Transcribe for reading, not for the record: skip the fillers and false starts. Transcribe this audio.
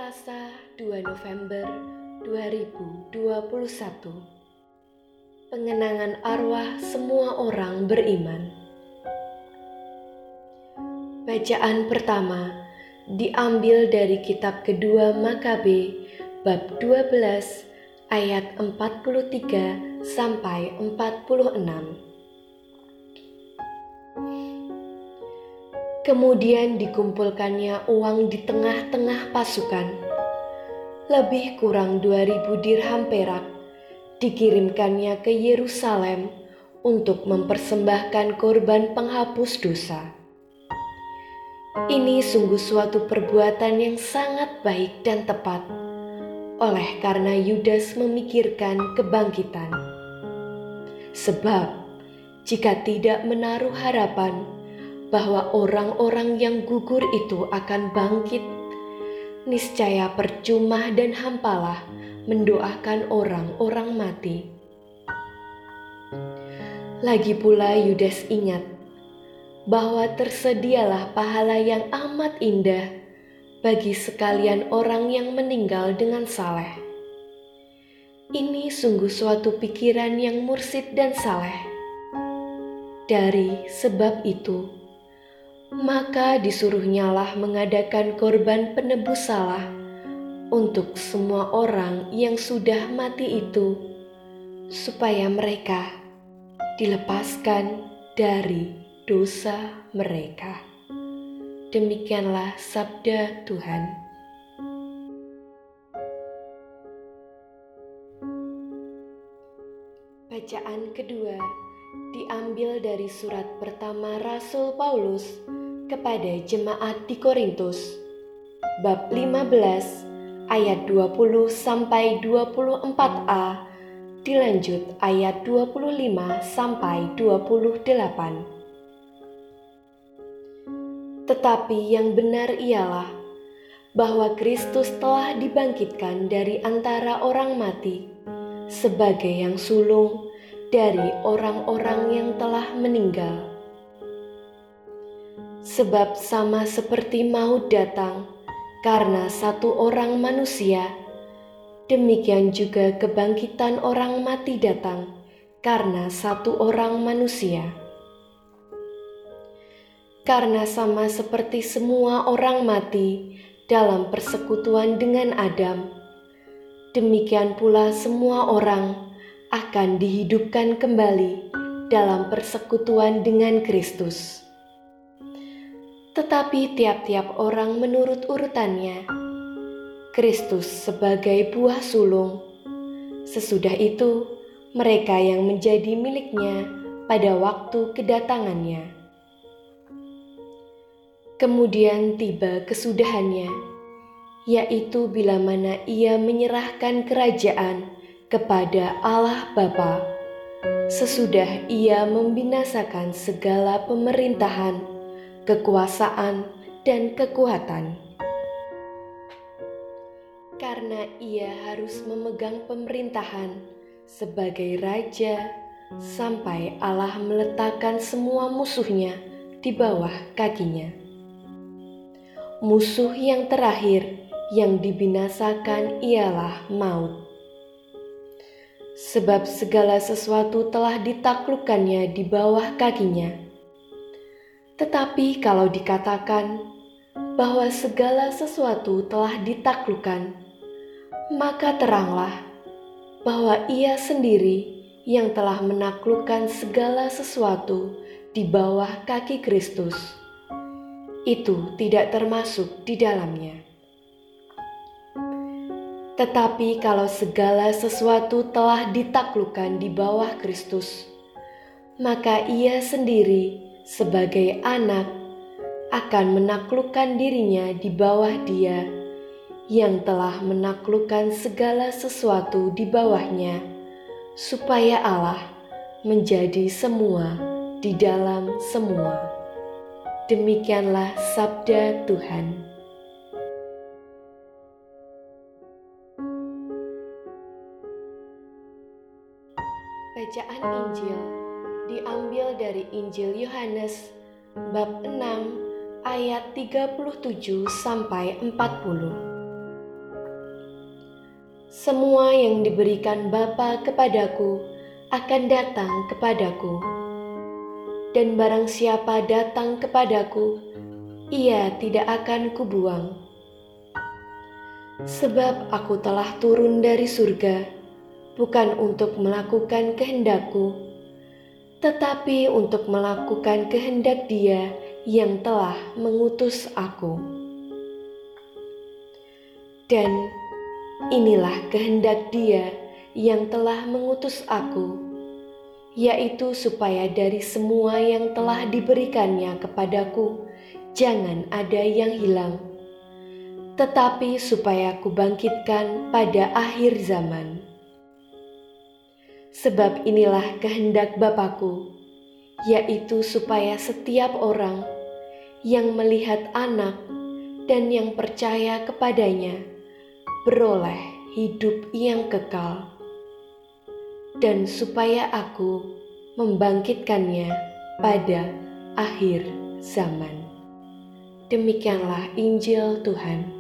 Selasa 2 November 2021. Pengenangan arwah semua orang beriman. Bacaan pertama diambil dari kitab kedua Makabe bab 12 ayat 43 sampai 46. Kemudian dikumpulkannya uang di tengah-tengah pasukan, lebih kurang 2000 dirham perak, dikirimkannya ke Yerusalem untuk mempersembahkan korban penghapus dosa. Ini sungguh suatu perbuatan yang sangat baik dan tepat, oleh karena Yudas memikirkan kebangkitan. Sebab, jika tidak menaruh harapan bahwa orang-orang yang gugur itu akan bangkit, niscaya percuma dan hampalah mendoakan orang-orang mati. Lagi pula Yudas ingat bahwa tersedialah pahala yang amat indah bagi sekalian orang yang meninggal dengan saleh. Ini sungguh suatu pikiran yang mursyid dan saleh. Dari sebab itu, maka disuruhnyalah mengadakan korban penebus salah untuk semua orang yang sudah mati itu, supaya mereka dilepaskan dari dosa mereka. Demikianlah sabda Tuhan. Bacaan kedua diambil dari surat pertama Rasul Paulus kepada jemaat di Korintus, bab 15 ayat 20 sampai 24a, dilanjut ayat 25 sampai 28. Tetapi yang benar ialah bahwa Kristus telah dibangkitkan dari antara orang mati sebagai yang sulung dari orang-orang yang telah meninggal. Sebab sama seperti maut datang karena satu orang manusia, demikian juga kebangkitan orang mati datang karena satu orang manusia. Karena sama seperti semua orang mati dalam persekutuan dengan Adam, demikian pula semua orang akan dihidupkan kembali dalam persekutuan dengan Kristus. Tetapi tiap-tiap orang menurut urutannya, Kristus sebagai buah sulung, sesudah itu mereka yang menjadi miliknya pada waktu kedatangannya. Kemudian tiba kesudahannya, yaitu bila mana ia menyerahkan kerajaan kepada Allah Bapa, sesudah ia membinasakan segala pemerintahan, kekuasaan, dan kekuatan. Karena ia harus memegang pemerintahan sebagai raja sampai Allah meletakkan semua musuhnya di bawah kakinya. Musuh yang terakhir yang dibinasakan ialah maut. Sebab segala sesuatu telah ditaklukkannya di bawah kakinya. Tetapi kalau dikatakan bahwa segala sesuatu telah ditaklukkan, maka teranglah bahwa ia sendiri yang telah menaklukkan segala sesuatu di bawah kaki Kristus, itu tidak termasuk di dalamnya. Tetapi kalau segala sesuatu telah ditaklukkan di bawah Kristus, maka ia sendiri sebagai anak akan menaklukkan dirinya di bawah Dia yang telah menaklukkan segala sesuatu di bawahnya, supaya Allah menjadi semua di dalam semua. Demikianlah sabda Tuhan. Bacaan Injil diambil dari Injil Yohanes bab 6 ayat 37 sampai 40. Semua yang diberikan Bapa kepadaku akan datang kepadaku, dan barang siapa datang kepadaku, ia tidak akan kubuang. Sebab aku telah turun dari surga, bukan untuk melakukan kehendakku, tetapi untuk melakukan kehendak Dia yang telah mengutus aku. Dan inilah kehendak Dia yang telah mengutus aku, yaitu supaya dari semua yang telah diberikannya kepadaku, jangan ada yang hilang, tetapi supaya kubangkitkan pada akhir zaman. Sebab inilah kehendak Bapa-Ku, yaitu supaya setiap orang yang melihat Anak dan yang percaya kepadanya beroleh hidup yang kekal, dan supaya Aku membangkitkannya pada akhir zaman. Demikianlah Injil Tuhan.